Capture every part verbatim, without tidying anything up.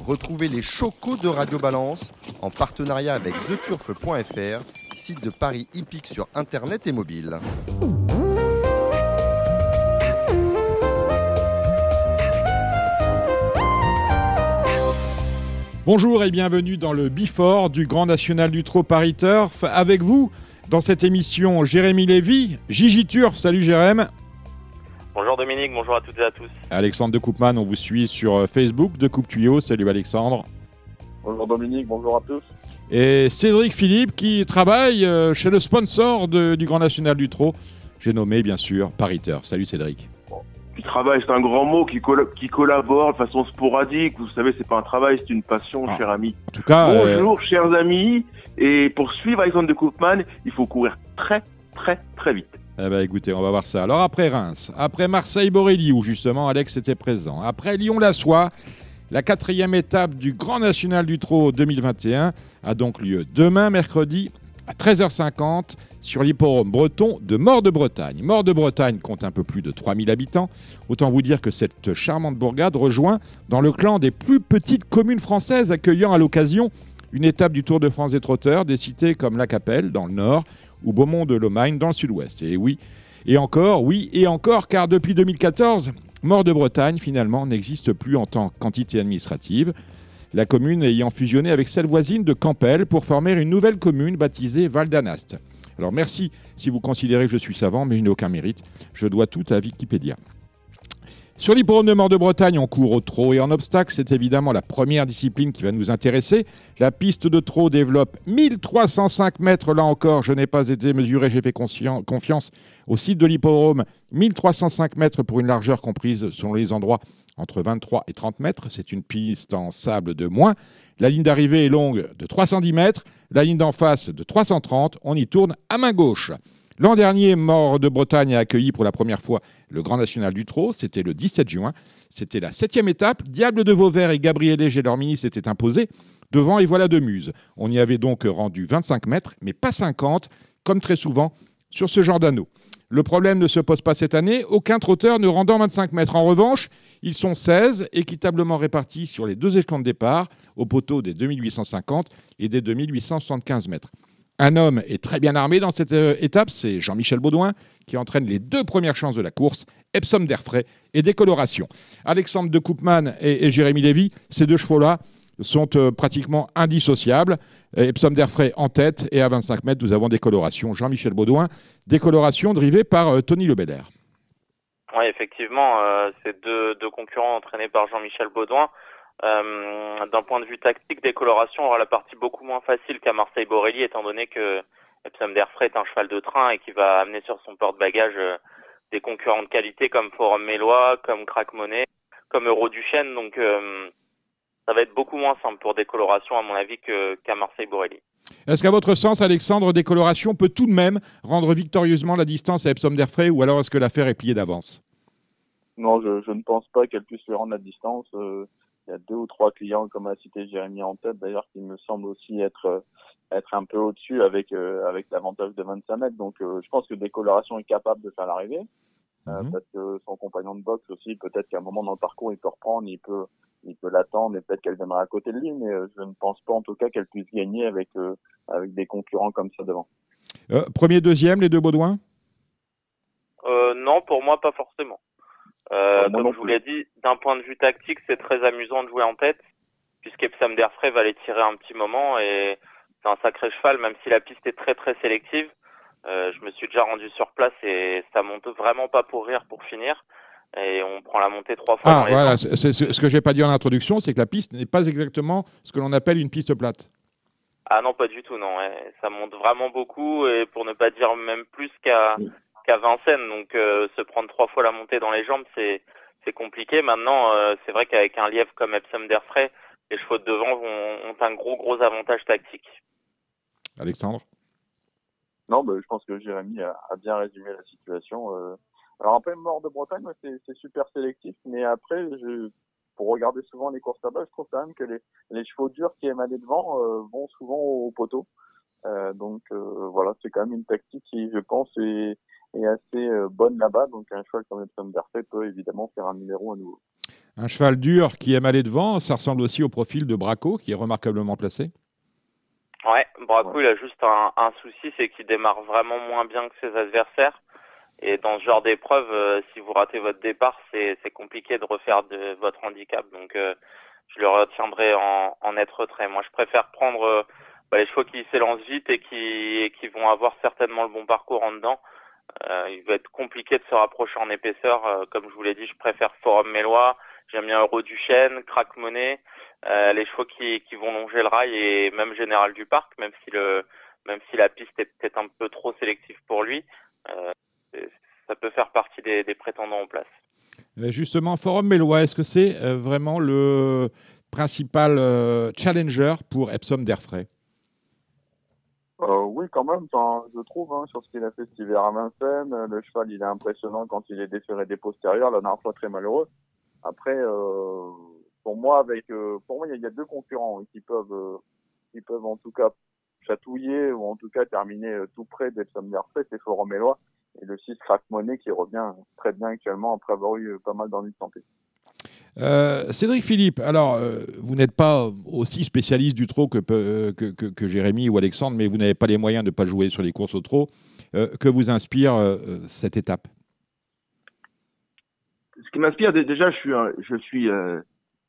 Retrouvez les chocos de Radio Balance en partenariat avec the turf point f r, site de paris hippique sur internet et mobile. Bonjour et bienvenue dans le Before du Grand National du Trot Paris Turf. Avec vous, dans cette émission, Jérémy Lévy, Gigi Turf. Salut Jérémy. Bonjour Dominique, bonjour à toutes et à tous. Alexandre de Koopman, on vous suit sur Facebook, de Coupe Tuyau. Salut Alexandre. Bonjour Dominique, bonjour à tous. Et Cédric Philippe qui travaille chez le sponsor de, du Grand National du Trot. J'ai nommé bien sûr Paris Turf. Salut Cédric. Bon, qui travaille, c'est un grand mot, qui, coll- qui collabore de façon sporadique. Vous savez, c'est pas un travail, c'est une passion, ah. cher ami. En tout cas, bonjour euh... chers amis. Et pour suivre Alexandre de Koopman, il faut courir très très très vite. Eh ben écoutez, on va voir ça. Alors après Reims, après Marseille-Borelli, où justement Alex était présent, après Lyon-la-Soie, la quatrième étape du Grand National du Trot deux mille vingt et un a donc lieu demain, mercredi, à treize heures cinquante, sur l'hippodrome breton de Mort-de-Bretagne. Mort-de-Bretagne compte un peu plus de trois mille habitants. Autant vous dire que cette charmante bourgade rejoint dans le clan des plus petites communes françaises, accueillant à l'occasion une étape du Tour de France des trotteurs, des cités comme La Capelle, dans le nord, ou Beaumont-de-Lomagne dans le sud-ouest. Et oui, et encore, oui, et encore, car depuis deux mille quatorze, Mort-de-Bretagne, finalement, n'existe plus en tant qu'entité administrative, la commune ayant fusionné avec celle voisine de Campel pour former une nouvelle commune baptisée Val d'Anast. Alors merci si vous considérez que je suis savant, mais je n'ai aucun mérite. Je dois tout à Wikipédia. Sur l'hippodrome de Mort-de-Bretagne, on court au trot et en obstacle. C'est évidemment la première discipline qui va nous intéresser. La piste de trot développe mille trois cent cinq mètres. Là encore, je n'ai pas été mesuré, j'ai fait conscien, confiance au site de l'hippodrome. mille trois cent cinq mètres pour une largeur comprise selon les endroits entre vingt-trois et trente mètres. C'est une piste en sable de moins. La ligne d'arrivée est longue de trois cent dix mètres. La ligne d'en face de trois cent trente. On y tourne à main gauche. L'an dernier, Mort-de-Bretagne a accueilli pour la première fois le Grand National du Trot. C'était le dix-sept juin. C'était la septième étape. Diable de Vauvert et Gabriel Léger, leur ministre, s'étaient imposés devant Et voilà de Muse. On y avait donc rendu vingt-cinq mètres, mais pas cinquante, comme très souvent sur ce genre d'anneau. Le problème ne se pose pas cette année. Aucun trotteur ne rendant vingt-cinq mètres. En revanche, ils sont seize, équitablement répartis sur les deux échelons de départ, au poteau des deux mille huit cent cinquante et des deux mille huit cent soixante-quinze mètres. Un homme est très bien armé dans cette euh, étape, c'est Jean-Michel Baudouin, qui entraîne les deux premières chances de la course, Epsom d'air frais et décoloration. Alexandre de Koopman et, et Jérémy Lévy, ces deux chevaux-là sont euh, pratiquement indissociables. Epsom d'air frais en tête et à vingt-cinq mètres, nous avons décoloration. Jean-Michel Baudouin, décoloration drivée par euh, Tony Lebelair. Oui, effectivement, euh, c'est deux, deux concurrents entraînés par Jean-Michel Baudouin. Euh, d'un point de vue tactique, décoloration aura la partie beaucoup moins facile qu'à Marseille-Borelli, étant donné que Epsom d'air frais est un cheval de train et qui va amener sur son porte-bagages euh, des concurrents de qualité comme Forum Mélois, comme Crack Money, comme Euro-Duchesne. Donc euh, ça va être beaucoup moins simple pour décoloration, à mon avis, que, qu'à Marseille-Borelli. Est-ce qu'à votre sens, Alexandre, décoloration peut tout de même rendre victorieusement la distance à Epsom d'air frais, ou alors est-ce que l'affaire est pliée d'avance? Non, je, je ne pense pas qu'elle puisse lui rendre la distance. Euh... Il y a deux ou trois clients, comme a cité Jérémy en tête, d'ailleurs, qui me semblent aussi être être un peu au-dessus avec euh, avec l'avantage de vingt-cinq mètres. Donc, euh, je pense que Décoloration est capable de faire l'arrivée. Euh, mmh. Parce que son compagnon de boxe aussi, peut-être qu'à un moment dans le parcours, il peut reprendre, il peut il peut l'attendre et peut-être qu'elle viendra à côté de lui. Mais euh, je ne pense pas, en tout cas, qu'elle puisse gagner avec euh, avec des concurrents comme ça devant. Euh, premier, deuxième, les deux Baudouin euh, Non, pour moi, pas forcément. Euh, Alors, comme je vous l'ai dit, d'un point de vue tactique, c'est très amusant de jouer en tête, puisqu'Epsom d'air frais va les tirer un petit moment et c'est un sacré cheval, même si la piste est très très sélective. Euh, je me suis déjà rendu sur place et ça monte vraiment pas pour rire pour finir. Et on prend la montée trois fois ah, dans les voilà, c'est, c'est, ce que j'ai pas dit en introduction, c'est que la piste n'est pas exactement ce que l'on appelle une piste plate. Ah non, pas du tout, non. Ouais. Ça monte vraiment beaucoup et pour ne pas dire même plus qu'à... Oui. qu'à Vincennes, donc euh, se prendre trois fois la montée dans les jambes, c'est c'est compliqué. Maintenant, euh, c'est vrai qu'avec un lièvre comme Epsom d'air frais, les chevaux de devant vont, ont un gros gros avantage tactique. Alexandre? Non, bah, je pense que Jérémy a, a bien résumé la situation. Euh, alors après, Mort-de-Bretagne, ouais, c'est, c'est super sélectif, mais après, je, pour regarder souvent les courses là-bas, je trouve quand même que les, les chevaux durs qui aiment aller devant euh, vont souvent au poteau. Euh, donc euh, voilà, c'est quand même une tactique qui, je pense, est, est assez euh, bonne là-bas. Donc un cheval comme Epsom d'Herfray peut évidemment faire un numéro à nouveau. Un cheval dur qui aime aller devant, ça ressemble aussi au profil de Braco, qui est remarquablement placé. Ouais, Braco, Ouais. il a juste un, un souci, c'est qu'il démarre vraiment moins bien que ses adversaires. Et dans ce genre d'épreuve, euh, si vous ratez votre départ, c'est, c'est compliqué de refaire de votre handicap. Donc, euh, je le retiendrai en, en net retrait. Moi, je préfère prendre euh, bah, les chevaux qui s'élancent vite et qui, et qui vont avoir certainement le bon parcours en dedans. Euh, il va être compliqué de se rapprocher en épaisseur. Euh, comme je vous l'ai dit, je préfère Forum Mélois. J'aime bien Euro du Chêne, Crack Money, euh, les chevaux qui, qui vont longer le rail et même Général du Parc, même si le, même si la piste est peut-être un peu trop sélective pour lui. Euh, ça peut faire partie des, des prétendants en place. Justement, Forum Mélois, est-ce que c'est euh, vraiment le principal euh, challenger pour Epsom d'Herfray? Euh, oui, quand même, enfin, je trouve, hein, sur ce qu'il a fait cet hiver à Vincennes. Le cheval, il est impressionnant quand il est déféré des postérieurs. La dernière fois, très malheureux. Après, euh, pour moi, avec, euh, pour moi, il y, y a deux concurrents qui peuvent, euh, qui peuvent en tout cas chatouiller ou en tout cas terminer euh, tout près d'Epsom d'Herfray, c'est Forum Mélois et le six Crack Money qui revient très bien actuellement après avoir eu euh, pas mal d'ennuis de santé. Euh, Cédric Philippe, alors euh, vous n'êtes pas aussi spécialiste du trot que, que, que, que Jérémy ou Alexandre, mais vous n'avez pas les moyens de ne pas jouer sur les courses au trot. Euh, que vous inspire euh, cette étape? Ce qui m'inspire, déjà, je suis, je suis euh,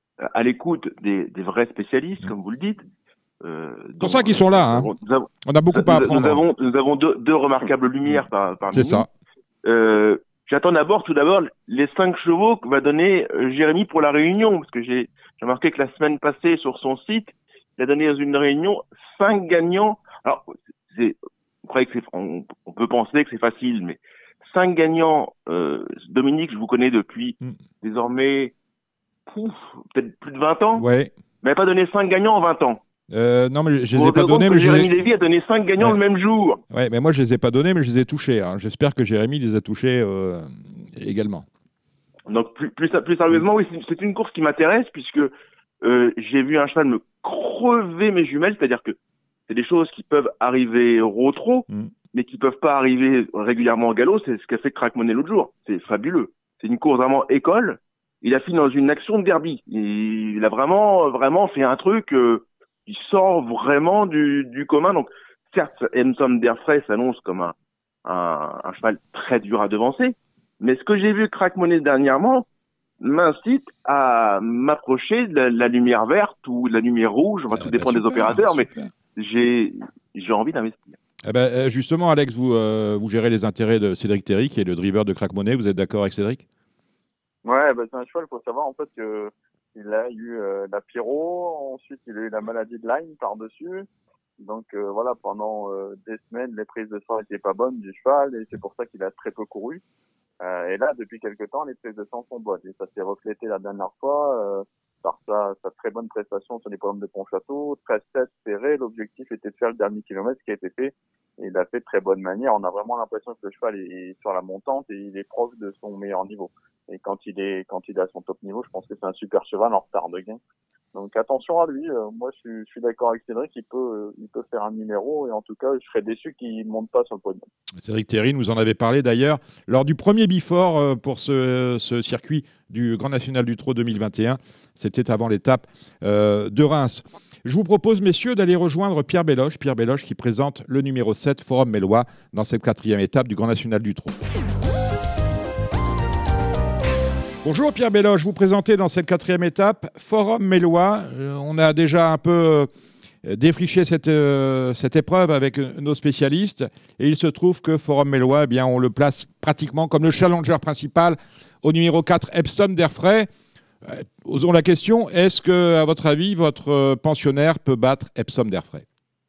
à l'écoute des, des vrais spécialistes, mmh. comme vous le dites. Euh, c'est pour ça qu'ils sont là. Hein. Nous avons, on a beaucoup nous, à apprendre. Nous avons, nous avons deux, deux remarquables lumières mmh. par, parmi nous. C'est ça. Euh, J'attends d'abord, tout d'abord, les cinq chevaux que va donner euh, Jérémy pour la réunion, parce que j'ai remarqué que la semaine passée, sur son site, il a donné dans une réunion cinq gagnants. Alors, c'est, vous croyez que c'est, on, on peut penser que c'est facile, mais cinq gagnants. Euh, Dominique, je vous connais depuis mmh. désormais, pouf, peut-être plus de vingt ans. Ouais. Mais il n'a pas donné cinq gagnants en vingt ans. Euh, non, mais je ne les ai pas donnés. Mais Jérémy les... Lévy a donné cinq gagnants ouais. le même jour. Oui, mais moi, je ne les ai pas donnés, mais je les ai touchés. Hein. J'espère que Jérémy les a touchés euh, également. Donc, plus, plus, plus sérieusement, oui, c'est une course qui m'intéresse puisque euh, j'ai vu un cheval me crever mes jumelles. C'est-à-dire que c'est des choses qui peuvent arriver au trot, mm. mais qui ne peuvent pas arriver régulièrement au galop. C'est ce qu'a fait Crack Money l'autre jour. C'est fabuleux. C'est une course vraiment école. Il a fini dans une action de derby. Il a vraiment, vraiment fait un truc... Euh, il sort vraiment du, du commun. Donc, certes, Epsom d'Herfray s'annonce comme un, un, un cheval très dur à devancer. Mais ce que j'ai vu Crack Money dernièrement m'incite à m'approcher de la, la lumière verte ou de la lumière rouge. Enfin, ah, tout bah dépend super, des opérateurs, super. mais j'ai, j'ai envie d'investir. Eh ben, justement, Alex, vous, euh, vous gérez les intérêts de Cédric Terry, qui est le driver de Crack Money. Vous êtes d'accord avec Cédric? Ouais, bah, c'est un cheval, il faut savoir en fait que il a eu euh, la pyro, ensuite il a eu la maladie de Lyme par-dessus. Donc euh, voilà, pendant euh, des semaines, les prises de sang n'étaient pas bonnes du cheval et c'est pour ça qu'il a très peu couru. Euh, et là, depuis quelque temps, les prises de sang sont bonnes. Et ça s'est reflété la dernière fois euh, par sa, sa très bonne prestation sur les programmes de Pontchâteau. treize sept serré, l'objectif était de faire le dernier kilomètre, ce qui a été fait. Et il l'a fait de très bonne manière. On a vraiment l'impression que le cheval est sur la montante et il est proche de son meilleur niveau. Et quand il est quand il est à son top niveau, je pense que c'est un super cheval en retard de gain. Donc attention à lui. Euh, moi, je suis, je suis d'accord avec Cédric. Il peut euh, il peut faire un numéro et en tout cas, je serais déçu qu'il ne monte pas sur le podium. Cédric Terry nous en avait parlé d'ailleurs lors du premier Before euh, pour ce, ce circuit du Grand National du Trot deux mille vingt et un. C'était avant l'étape euh, de Reims. Je vous propose, messieurs, d'aller rejoindre Pierre Belloche. Pierre Belloche qui présente le numéro sept, Forum Mélois, dans cette quatrième étape du Grand National du Trot. Bonjour Pierre Belloche, vous présentez dans cette quatrième étape Forum Mélois. Euh, on a déjà un peu euh, défriché cette, euh, cette épreuve avec euh, nos spécialistes et il se trouve que Forum Mélois, eh bien, on le place pratiquement comme le challenger principal au numéro quatre, Epsom d'Herfray. Euh, osons la question, est-ce que, à votre avis, votre euh, pensionnaire peut battre Epsom d'Herfray?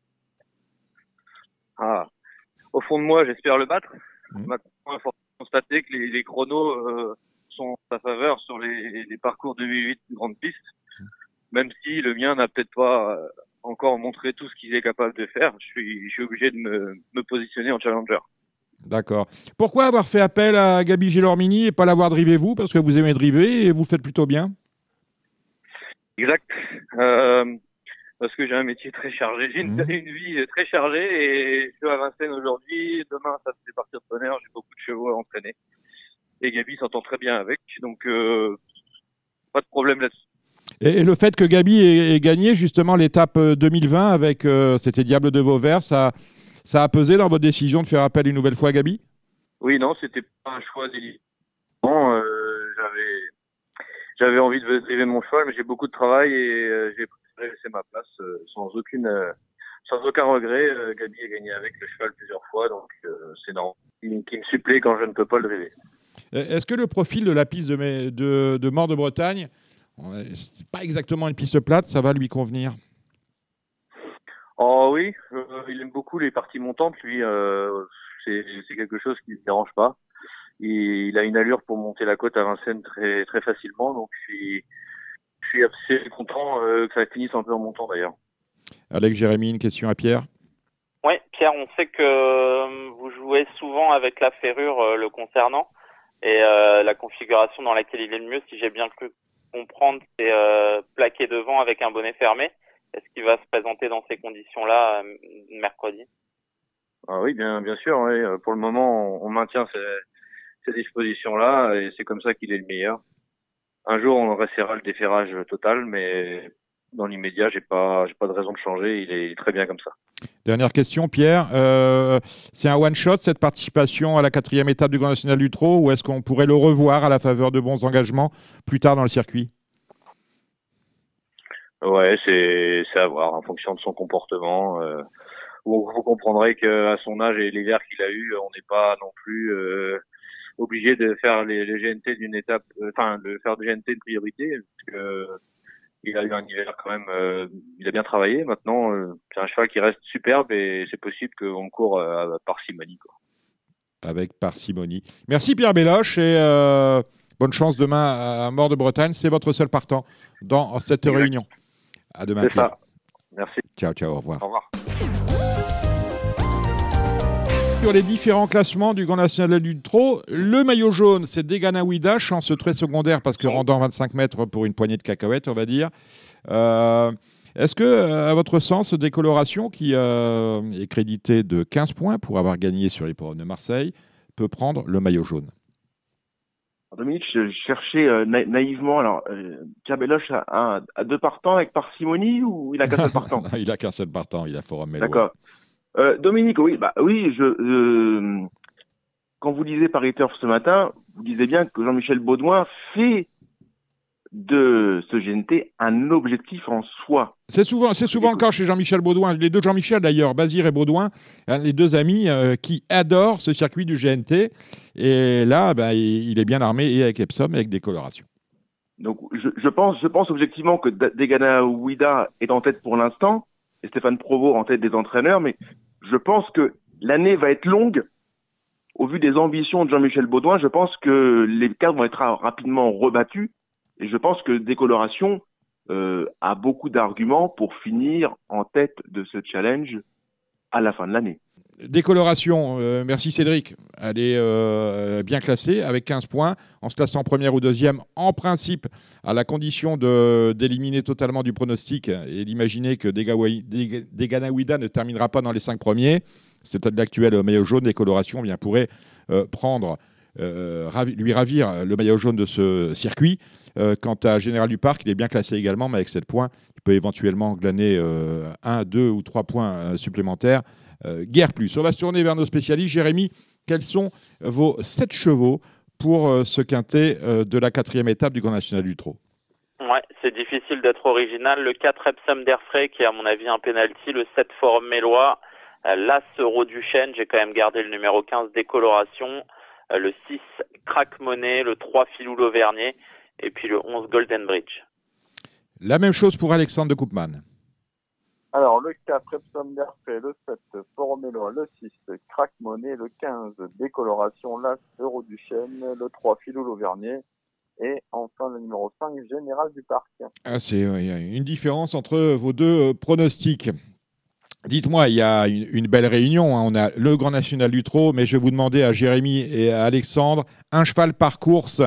Ah, au fond de moi, j'espère le battre. Mmh. Maintenant, il faut constater que les, les chronos euh, sont en sa faveur sur les, les parcours deux mille huit grande piste, mmh. même si le mien n'a peut-être pas euh, encore montré tout ce qu'il est capable de faire. Je suis, je suis obligé de me, me positionner en challenger. D'accord. Pourquoi avoir fait appel à Gabi Gélormini et pas l'avoir drivé vous? Parce que vous aimez driver et vous le faites plutôt bien. Exact. Euh, parce que j'ai un métier très chargé, j'ai une, Mmh. une vie très chargée et je suis à Vincennes aujourd'hui. Demain, ça se fait partir de bonne heure, j'ai beaucoup de chevaux à entraîner. Et Gabi s'entend très bien avec, donc euh, pas de problème là-dessus. Et, et le fait que Gabi ait, ait gagné justement l'étape deux mille vingt avec, euh, c'était Diable de Vauvert, ça, ça a pesé dans votre décision de faire appel une nouvelle fois à Gabi? Oui, non, c'était pas un choix délibéré. Bon, euh, j'avais, j'avais envie de driver mon cheval, mais j'ai beaucoup de travail et euh, j'ai préféré laisser ma place euh, sans aucune, euh, sans aucun regret. Euh, Gabi a gagné avec le cheval plusieurs fois, donc euh, c'est normal. Qui, qui me supplée quand je ne peux pas le driver. Est-ce que le profil de la piste de, Mai- de, de Mort de Bretagne, c'est pas exactement une piste plate, ça va lui convenir? Oh oui, euh, il aime beaucoup les parties montantes, lui. Euh, c'est, c'est quelque chose qui ne le dérange pas. Il, il a une allure pour monter la côte à Vincennes très très facilement, donc je suis, je suis assez content euh, que ça finisse un peu en montant d'ailleurs. Alex, Jérémy, une question à Pierre. Oui, Pierre, on sait que euh, vous jouez souvent avec la ferrure euh, le concernant et euh, la configuration dans laquelle il est le mieux, si j'ai bien cru comprendre, c'est euh, plaqué devant avec un bonnet fermé. Est-ce qu'il va se présenter dans ces conditions-là euh, mercredi? Ah oui, bien bien sûr. Oui. Pour le moment, on, on maintient ces, ces dispositions-là et c'est comme ça qu'il est le meilleur. Un jour, on essaiera le déferrage total, mais dans l'immédiat, j'ai pas j'ai pas de raison de changer. Il est très bien comme ça. Dernière question, Pierre. Euh, c'est un one-shot, cette participation à la quatrième étape du Grand National du Trot, ou est-ce qu'on pourrait le revoir à la faveur de bons engagements plus tard dans le circuit? Ouais, c'est c'est à voir en fonction de son comportement. Euh, vous, vous comprendrez qu'à son âge et l'hiver qu'il a eu, on n'est pas non plus euh, obligé de faire les, les G N T d'une étape, enfin euh, de faire des G N T de priorité, parce que il a eu un hiver quand même, euh, il a bien travaillé. Maintenant, euh, c'est un cheval qui reste superbe et c'est possible qu'on court euh, à parcimonie, quoi. Avec parcimonie. Merci Pierre Belloche et euh, bonne chance demain à Mort de Bretagne. C'est votre seul partant dans cette Exact. réunion. À demain, C'est Pierre. ça. Merci. Ciao, ciao, au revoir. Au revoir. Sur les différents classements du Grand National du Trot, le maillot jaune, c'est Degana Ouida, chance très secondaire parce que rendant vingt-cinq mètres pour une poignée de cacahuètes, on va dire. Euh, est-ce que, à votre sens, Décoloration, qui euh, est crédité de quinze points pour avoir gagné sur l'hippodrome de Marseille, peut prendre le maillot jaune? Dominique, je cherchais euh, na- naïvement, alors, euh, Pierre Belloche a, a, a deux partants avec parcimonie ou il a qu'un seul partant? Il a qu'un seul partant, il a Forum Mélois. D'accord. Euh, Dominique, oui, bah oui, je, euh, quand vous lisez Paris Turf ce matin, vous disiez bien que Jean-Michel Baudouin fait de ce G N T un objectif en soi. C'est souvent, c'est souvent le cas chez Jean-Michel Baudouin, les deux Jean-Michel d'ailleurs, Bazir et Baudouin, hein, les deux amis euh, qui adorent ce circuit du G N T. Et là, ben, il, il est bien armé et avec Epsom et avec Décoloration. Donc, je, je pense, je pense objectivement que Degana Ouida est en tête pour l'instant et Stéphane Provost en tête des entraîneurs, mais je pense que l'année va être longue. Au vu des ambitions de Jean-Michel Baudouin, je pense que les cartes vont être rapidement rebattues et je pense que Décoloration euh, a beaucoup d'arguments pour finir en tête de ce challenge à la fin de l'année. Décoloration, euh, merci Cédric. Elle est euh, bien classée avec quinze points, en se classant première ou deuxième, en principe, à la condition de, d'éliminer totalement du pronostic et d'imaginer que Degana Ouida ne terminera pas dans les cinq premiers. C'est à l'actuel maillot jaune. Décoloration bien pourrait euh, prendre, euh, ravi, lui ravir le maillot jaune de ce circuit. Euh, quant à Général du Parc, il est bien classé également, mais avec sept points, il peut éventuellement glaner euh, un, deux ou trois points euh, supplémentaires. Euh, guère plus. On va se tourner vers nos spécialistes. Jérémy, quels sont vos sept chevaux pour euh, ce quintet euh, de la quatrième étape du Grand National du Trot? Ouais, c'est difficile d'être original. Le quatre Epsom d'Airfray, qui est à mon avis un penalty. Le sept Forum Mélois. Euh, L'As Euro du Chêne, j'ai quand même gardé le numéro quinze Décoloration. Euh, le six Crack Money. Le trois Filou l'Auvergnat. Et puis le onze Golden Bridge. La même chose pour Alexandre de Koopman. Alors, le quatre, Epsom d'Airfray, le sept, Forum Mélois, le six, Crack Money, le quinze, Décoloration, l'As, Euro du Chêne, le trois, Filou l'Auvergnat, et enfin le numéro cinq, Général du Parc. Ah, c'est euh, y a une différence entre vos deux euh, pronostics. Dites-moi, il y a une, une belle réunion. Hein. On a le Grand National du Trot, mais je vais vous demander à Jérémy et à Alexandre un cheval par course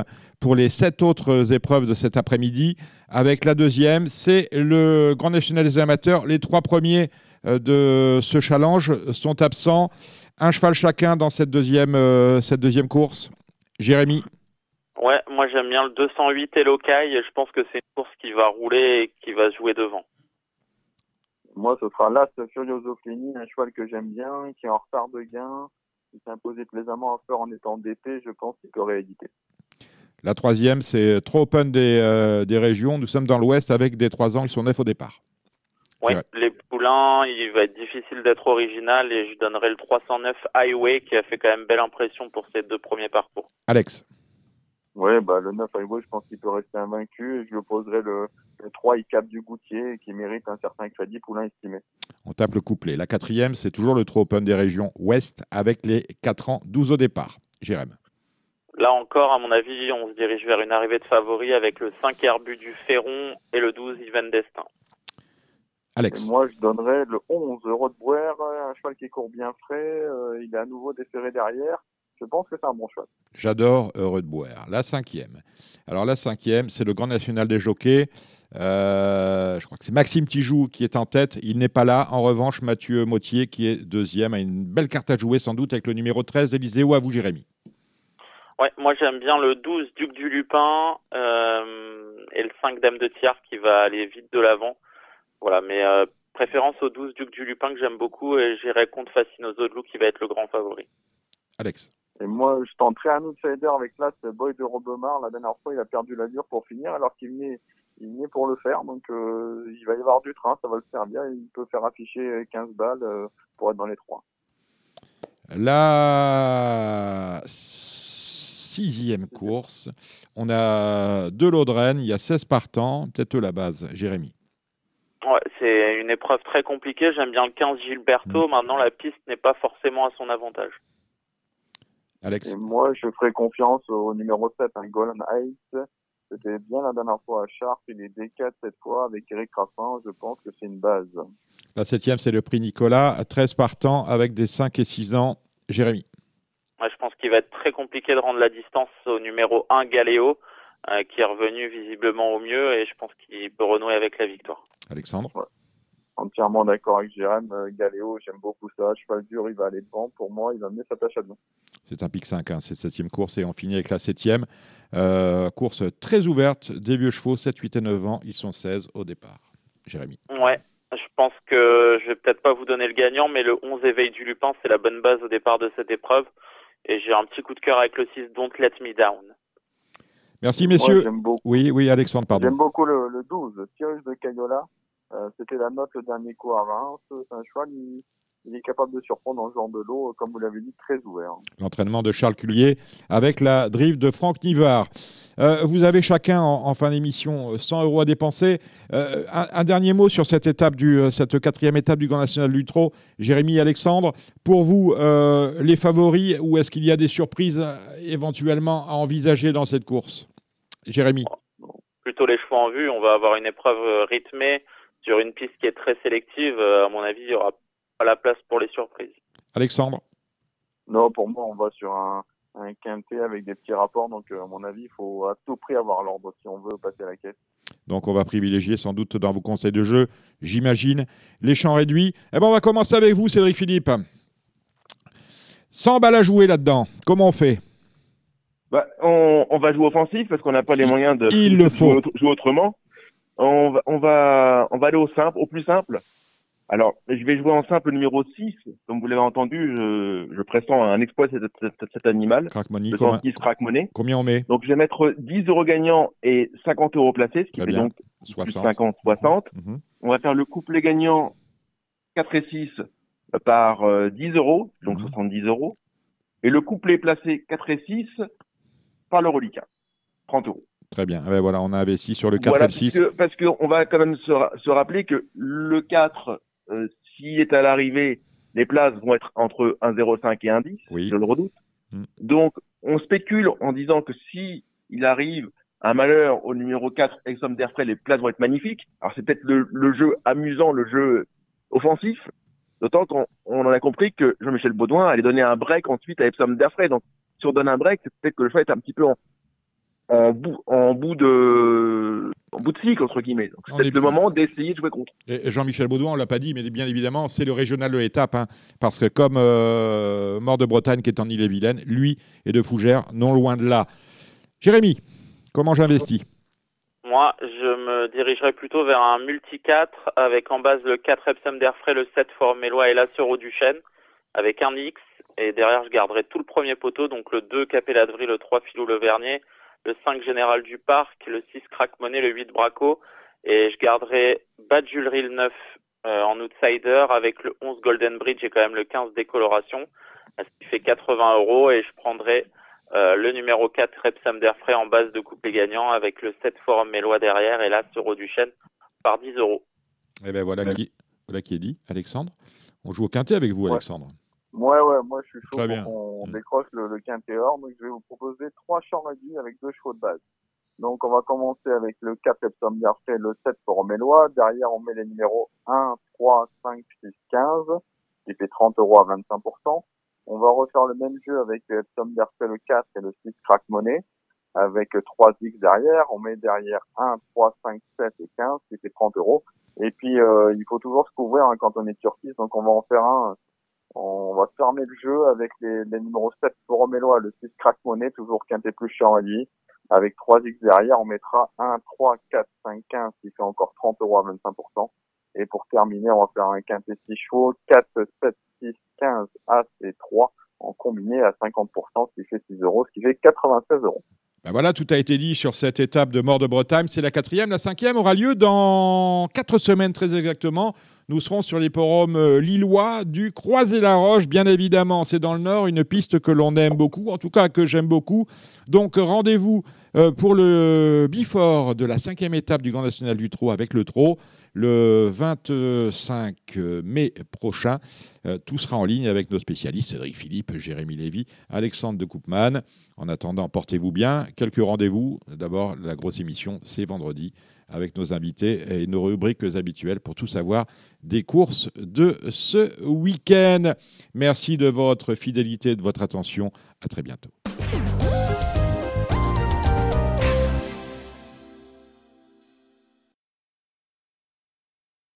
pour les sept autres épreuves de cet après-midi. Avec la deuxième, c'est le Grand National des amateurs. Les trois premiers euh, de ce challenge sont absents. Un cheval chacun dans cette deuxième, euh, cette deuxième course. Jérémy? Ouais, moi j'aime bien le deux cent huit Elokai et je pense que c'est une course qui va rouler et qui va se jouer devant. Moi, ce sera l'As Furioso Feni, un cheval que j'aime bien, qui est en retard de gain, qui s'est imposé plaisamment à Feur en étant D P, je pense qu'il peut rééditer. La troisième, c'est trop open des, euh, des régions. Nous sommes dans l'ouest avec des trois ans, ils sont neuf au départ. Oui, les poulains, il va être difficile d'être original et je donnerai le trois cent neuf Highway qui a fait quand même belle impression pour ses deux premiers parcours. Alex? Oui, bah, le neuf Highway, je pense qu'il peut rester invaincu et je lui opposerai le, le trois Icap du Goutier qui mérite un certain crédit poulain estimé. On tape le couplet. La quatrième, c'est toujours le trop open des régions ouest avec les quatre ans, douze au départ. Jérémy? Là encore, à mon avis, on se dirige vers une arrivée de favoris avec le cinq Herbu du Ferron et le douze Yvan Destin. Alex? Et moi, je donnerais le onze Rodebouer, un cheval qui court bien frais. Euh, il est à nouveau déféré derrière. Je pense que c'est un bon cheval. J'adore Heureux de Bouer. La cinquième. Alors la cinquième, c'est le Grand National des Jockeys. Euh, je crois que c'est Maxime Tijoux qui est en tête. Il n'est pas là. En revanche, Mathieu Mottier qui est deuxième a une belle carte à jouer sans doute avec le numéro treize, Éliseo. À vous, Jérémy. Ouais, moi j'aime bien le douze Duc du Lupin euh, et le cinq Dame de Thiers qui va aller vite de l'avant. Voilà, mais euh, préférence au douze Duc du Lupin que j'aime beaucoup et j'irai contre Fascinoso de Loup qui va être le grand favori. Alex? Et moi, je tenterai un outsider avec l'As Boy de Robemar. La dernière fois, il a perdu l'allure pour finir alors qu'il venait, il venait pour le faire. Donc, euh, il va y avoir du train, ça va le faire bien. Il peut faire afficher quinze balles euh, pour être dans les trois. La sixième course, on a deux lots de Rennes, il y a seize partants, peut-être la base. Jérémy? Ouais, c'est une épreuve très compliquée. J'aime bien le quinze Gilberto. Mmh. Maintenant, la piste n'est pas forcément à son avantage. Alex? Et moi, je ferai confiance au numéro sept, un Golden Heights. C'était bien la dernière fois à Chartres. Il est D quatre cette fois avec Eric Raffin. Je pense que c'est une base. La septième, c'est le prix Nicolas. treize partants avec des cinq et six ans. Jérémy? Ouais, je pense qu'il va être très compliqué de rendre la distance au numéro un Galéo, euh, qui est revenu visiblement au mieux. Et je pense qu'il peut renouer avec la victoire. Alexandre? Ouais. Entièrement d'accord avec Jérém. Euh, Galéo, j'aime beaucoup ça. Cheval dur, il va aller devant. Pour moi, il va mener sa tâche à bien. C'est un pic cinq, hein, cette septième course, et on finit avec la septième. Euh, course très ouverte, des vieux chevaux, sept, huit et neuf ans. Ils sont seize au départ. Jérémy? Ouais, je pense que je vais peut-être pas vous donner le gagnant, mais le onze Éveil du Lupin, c'est la bonne base au départ de cette épreuve. Et j'ai un petit coup de cœur avec le six Don't Let Me Down. Merci, messieurs. Moi, j'aime beaucoup. Oui, oui, Alexandre, pardon. J'aime beaucoup le, le douze, Cyrus de Cayola. Euh, c'était la note le dernier coup à Reims. C'est un cheval, il, il est capable de surprendre dans ce genre de lot, comme vous l'avez dit, très ouvert. L'entraînement de Charles Cullier avec la drive de Franck Nivard. Euh, vous avez chacun en, en fin d'émission cent euros à dépenser. Euh, un, un dernier mot sur cette étape du, cette quatrième étape du Grand National du Trot. Jérémy et Alexandre, pour vous, euh, les favoris, ou est-ce qu'il y a des surprises euh, éventuellement à envisager dans cette course? Jérémy? Plutôt les chevaux en vue. On va avoir une épreuve rythmée sur une piste qui est très sélective. À mon avis, il n'y aura pas la place pour les surprises. Alexandre? Non, pour moi, on va sur un, un quintet avec des petits rapports. Donc, euh, à mon avis, il faut à tout prix avoir l'ordre si on veut passer à la caisse. Donc, on va privilégier sans doute dans vos conseils de jeu, j'imagine, les champs réduits. Eh ben, on va commencer avec vous, Cédric Philippe. cent balles à jouer là-dedans. Comment on fait? Bah, on, on va jouer offensif parce qu'on n'a pas les moyens de, il de le faut. Jouer, jouer autrement. On va, on va, on va aller au simple, au plus simple. Alors, je vais jouer en simple numéro six. Comme vous l'avez entendu, je, je pressens un exploit de cet, cet, cet animal. Crack money, le combien, six Crack Money. Combien on met? Donc, je vais mettre dix euros gagnants et cinquante euros placés, ce qui Très fait bien. donc soixante. cinquante, soixante. Mm-hmm. On va faire le couplet gagnant quatre et six par euh, dix euros, donc mm-hmm. soixante-dix euros. Et le couplet placé quatre et six par le reliquat, trente euros. Très bien. Ben voilà, on a investi sur le quatre voilà, et le six. Parce qu'on parce va quand même se, se rappeler que le quatre, euh, s'il est à l'arrivée, les places vont être entre un zéro cinq et un dix, oui. Je le redoute. Mm. Donc, on spécule en disant que si il arrive un malheur au numéro quatre, Exum d'Airfray, les places vont être magnifiques. Alors, c'est peut-être le, le jeu amusant, le jeu offensif. D'autant qu'on on en a compris que Jean-Michel Baudouin allait donner un break ensuite à Epsom d'Airfray. Donc, si on donne un break, c'est peut-être que le choix est un petit peu en, en bout, en bout de, en bout de cycle, entre guillemets. Donc, c'est On peut-être est- le moment d'essayer de jouer contre. Et Jean-Michel Baudouin, on ne l'a pas dit, mais bien évidemment, c'est le régional de l'étape. Hein, parce que comme euh, Mort de Bretagne, qui est en Ille-et-Vilaine, lui est de Fougères, non loin de là. Jérémy, comment j'investis? Moi, je me dirigerai plutôt vers un multi quatre avec en base le quatre Epsom d'Airfray, le sept Fort-Mélois et l'Assero du Chêne avec un X. Et derrière, je garderai tout le premier poteau, donc le deux Capelladri, le trois Filou Le Vernier, le cinq Général du Parc, le six Crack Money, le huit Braco. Et je garderai Badjulery le neuf euh, en outsider avec le onze Golden Bridge et quand même le quinze Décoloration, ce qui fait quatre-vingts euros. Et je prendrai Euh, le numéro quatre, Epsom d'Airfray en base de couplet gagnant avec le sept Forum Mélois derrière et là, Euro du Chêne par dix euros. Et bien voilà, ouais. qui, voilà qui est dit. Alexandre, on joue au quintet avec vous, ouais. Alexandre. Ouais, ouais, moi je suis chaud Très pour bien. qu'on mmh. décroche le, le quintet or. Donc je vais vous proposer trois champs réduits avec deux chevaux de base. Donc on va commencer avec le quatre Epsom d'Airfray, le sept Forum Mélois. Derrière, on met les numéros un, trois, cinq, six, quinze qui fait trente euros à vingt-cinq pour cent. On va refaire le même jeu avec Epsom d'Airfray le quatre et le six Crack Money avec trois X derrière. On met derrière un, trois, cinq, sept et quinze qui fait trente euros. Et puis euh, il faut toujours se couvrir hein, quand on est sur six. Donc on va en faire un. On va fermer le jeu avec les, les numéros sept pour Mélois, le six Crack Money, toujours quintet plus chiant à lui. Avec trois X derrière, on mettra un, trois, quatre, cinq, quinze qui fait encore trente euros à vingt-cinq pour cent. Et pour terminer, on va faire un quintet six chevaux, quatre, sept, six, quinze, As et trois en combiné à cinquante pour cent, ce qui fait six euros, ce qui fait quatre-vingt-seize euros. Ben voilà, tout a été dit sur cette étape de Mort de Bretagne. C'est la quatrième. La cinquième aura lieu dans quatre semaines très exactement. Nous serons sur l'hipporome lillois du Croisé-la-Roche. Bien évidemment, c'est dans le Nord, une piste que l'on aime beaucoup, en tout cas que j'aime beaucoup. Donc rendez-vous euh, pour le Bifort de la cinquième étape du Grand National du Trot avec le trot le vingt-cinq mai prochain. Euh, tout sera en ligne avec nos spécialistes, Cédric Philippe, Jérémy Lévy, Alexandre de Koopman. En attendant, portez-vous bien. Quelques rendez-vous. D'abord, la grosse émission, c'est vendredi, avec nos invités et nos rubriques habituelles pour tout savoir des courses de ce week-end. Merci de votre fidélité et de votre attention. À très bientôt.